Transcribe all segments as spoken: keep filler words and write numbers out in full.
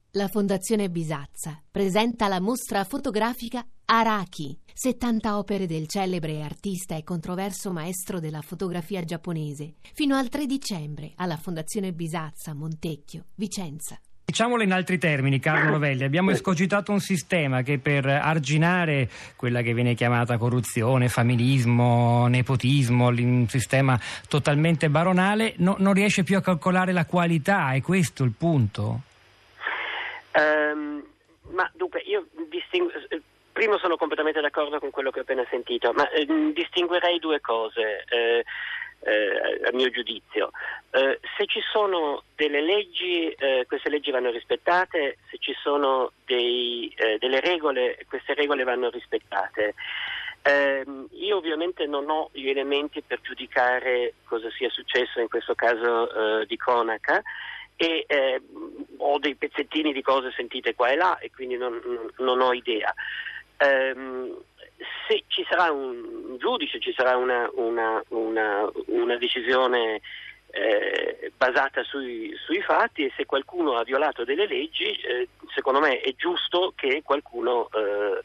La Fondazione Bisazza presenta la mostra fotografica Araki, settanta opere del celebre artista e controverso maestro della fotografia giapponese, fino al tre dicembre alla Fondazione Bisazza, Montecchio, Vicenza. Diciamolo in altri termini, Carlo Rovelli, abbiamo escogitato un sistema che per arginare quella che viene chiamata corruzione, familismo, nepotismo, un sistema totalmente baronale, no, non riesce più a calcolare la qualità, è questo il punto? Um, ma dunque, io distingu- primo sono completamente d'accordo con quello che ho appena sentito, ma eh, distinguerei due cose. Eh, Eh, a mio giudizio, eh, se ci sono delle leggi, eh, queste leggi vanno rispettate, se ci sono dei, eh, delle regole, queste regole vanno rispettate. Eh, io ovviamente non ho gli elementi per giudicare cosa sia successo in questo caso eh, di cronaca e eh, ho dei pezzettini di cose sentite qua e là e quindi non, non, non ho idea. Eh, Se ci sarà un giudice, ci sarà una, una, una, una decisione eh, basata sui, sui fatti, e se qualcuno ha violato delle leggi, eh, secondo me è giusto che qualcuno eh,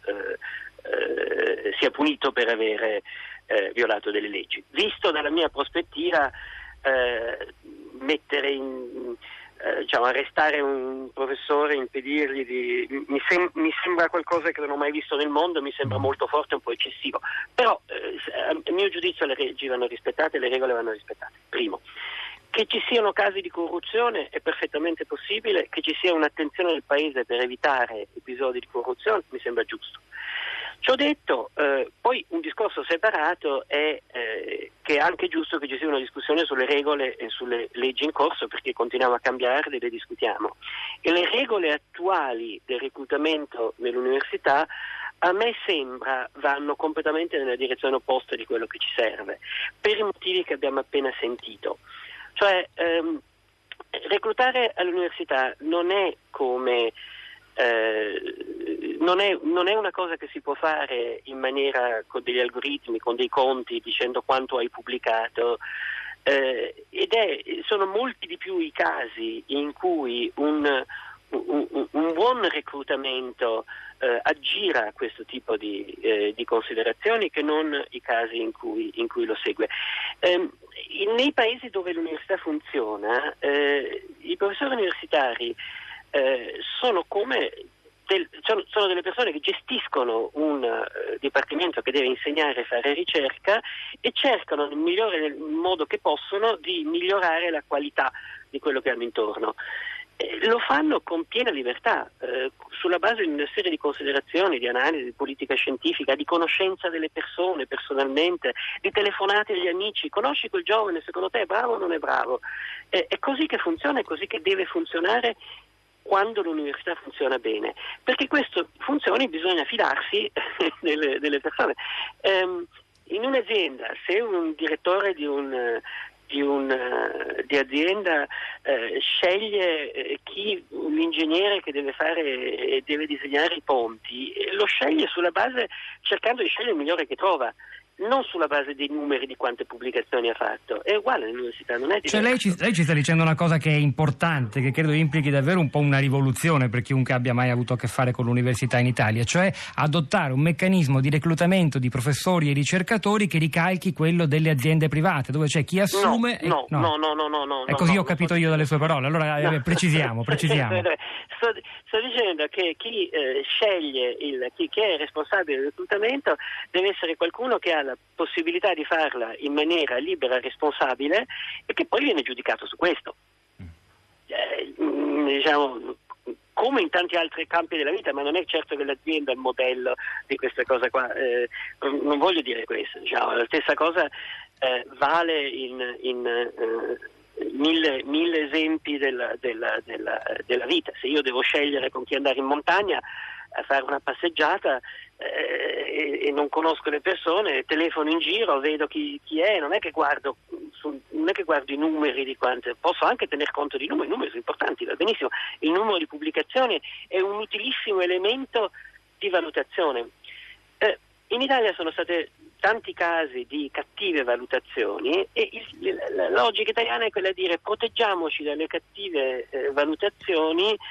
eh, sia punito per avere eh, violato delle leggi. Visto dalla mia prospettiva, eh, mettere in... Eh, diciamo, arrestare un professore, impedirgli di... Mi, sem- mi sembra qualcosa che non ho mai visto nel mondo, mi sembra molto forte, un po' eccessivo. Però, eh, a mio giudizio, le leggi vanno rispettate, le regole vanno rispettate. Primo. Che ci siano casi di corruzione è perfettamente possibile, che ci sia un'attenzione del Paese per evitare episodi di corruzione mi sembra giusto. Ciò detto, eh, poi un discorso separato è eh, che è anche giusto che ci sia una discussione sulle regole e sulle leggi in corso, perché continuiamo a cambiarle e le discutiamo. E le regole attuali del reclutamento nell'università a me sembra vanno completamente nella direzione opposta di quello che ci serve, per i motivi che abbiamo appena sentito. Cioè, ehm, reclutare all'università non è come... Eh, non, è, non è una cosa che si può fare in maniera con degli algoritmi, con dei conti, dicendo quanto hai pubblicato, eh, ed è, sono molti di più i casi in cui un, un, un buon reclutamento eh, aggira questo tipo di, eh, di considerazioni che non i casi in cui, in cui lo segue. Eh, in, nei paesi dove l'università funziona, eh, i professori universitari Eh, sono come del, sono, sono delle persone che gestiscono un uh, dipartimento che deve insegnare e fare ricerca e cercano nel migliore nel modo che possono di migliorare la qualità di quello che hanno intorno. Eh, lo fanno con piena libertà, eh, sulla base di una serie di considerazioni, di analisi, di politica scientifica, di conoscenza delle persone personalmente, di telefonate agli amici. Conosci quel giovane, secondo te è bravo o non è bravo? Eh, è così che funziona, è così che deve funzionare quando l'università funziona bene, perché questo funzioni bisogna fidarsi delle, delle persone. Um, in un'azienda, se un direttore di un di, un, di azienda eh, sceglie eh, chi l'ingegnere che deve fare e deve disegnare i ponti, lo sceglie sulla base, cercando di scegliere il migliore che trova, non sulla base dei numeri di quante pubblicazioni ha fatto. È uguale all'università, non è diverso. Cioè lei ci, lei ci sta dicendo una cosa che è importante, che credo implichi davvero un po' una rivoluzione per chiunque abbia mai avuto a che fare con l'università in Italia, cioè adottare un meccanismo di reclutamento di professori e ricercatori che ricalchi quello delle aziende private, dove c'è chi assume... No, e... no, no, no, no, no. È così no, ho capito no, io dalle sue parole, allora no. precisiamo, precisiamo. Sto, sto dicendo che chi eh, sceglie, il, chi, chi è responsabile del reclutamento deve essere qualcuno che ha la possibilità di farla in maniera libera e responsabile e che poi viene giudicato su questo. Eh, diciamo, come in tanti altri campi della vita, ma non è certo che l'azienda è il modello di questa cosa qua. Eh, non voglio dire questo, diciamo, la stessa cosa eh, vale in, in eh, mille, mille esempi della, della, della, della vita. Se io devo scegliere con chi andare in montagna a fare una passeggiata eh, e, e non conosco le persone, telefono in giro, vedo chi, chi è, non è che guardo su, non è che guardo i numeri di quante, posso anche tener conto di numeri, i numeri sono importanti, va benissimo, il numero di pubblicazioni è un utilissimo elemento di valutazione. Eh, in Italia sono state tanti casi di cattive valutazioni e il, la logica italiana è quella di dire proteggiamoci dalle cattive eh, valutazioni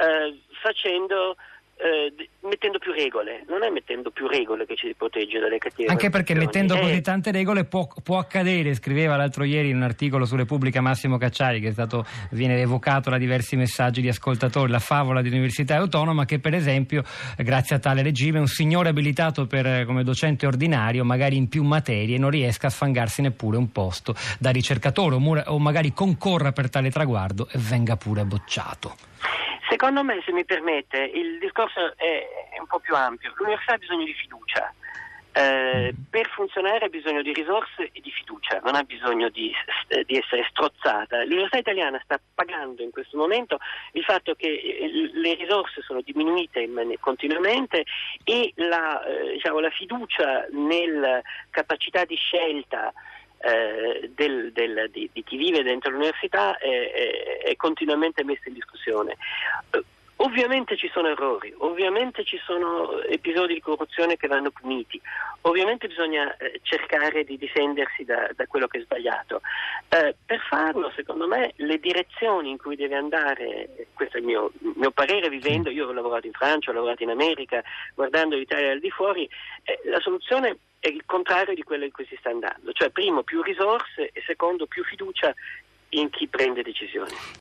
eh, facendo Eh, mettendo più regole. Non è mettendo più regole che ci protegge dalle cattive anche perché mettendo eh. così tante regole può, può accadere, scriveva l'altro ieri in un articolo su Repubblica Massimo Cacciari, che è stato, viene evocato da diversi messaggi di ascoltatori, la favola di Università Autonoma, che per esempio grazie a tale regime un signore abilitato per, come docente ordinario magari in più materie non riesca a sfangarsi neppure un posto da ricercatore, o, o magari concorra per tale traguardo e venga pure bocciato. Secondo me, se mi permette, il discorso è, è un po' più ampio. L'università ha bisogno di fiducia. Eh, per funzionare ha bisogno di risorse e di fiducia, non ha bisogno di, di essere strozzata. L'università italiana sta pagando in questo momento il fatto che le risorse sono diminuite in man- continuamente e la, eh, diciamo, la fiducia nella capacità di scelta Eh, del, del, di, di chi vive dentro l'università è, è, è continuamente messa in discussione. Eh, ovviamente ci sono errori, ovviamente ci sono episodi di corruzione che vanno puniti, ovviamente bisogna eh, cercare di difendersi da, da quello che è sbagliato. Eh, per farlo, secondo me, le direzioni in cui deve andare, questo è il mio, mio parere vivendo, io ho lavorato in Francia, ho lavorato in America, guardando l'Italia al di fuori, eh, la soluzione è il contrario di quello in cui si sta andando, cioè primo più risorse e secondo più fiducia in chi prende decisioni.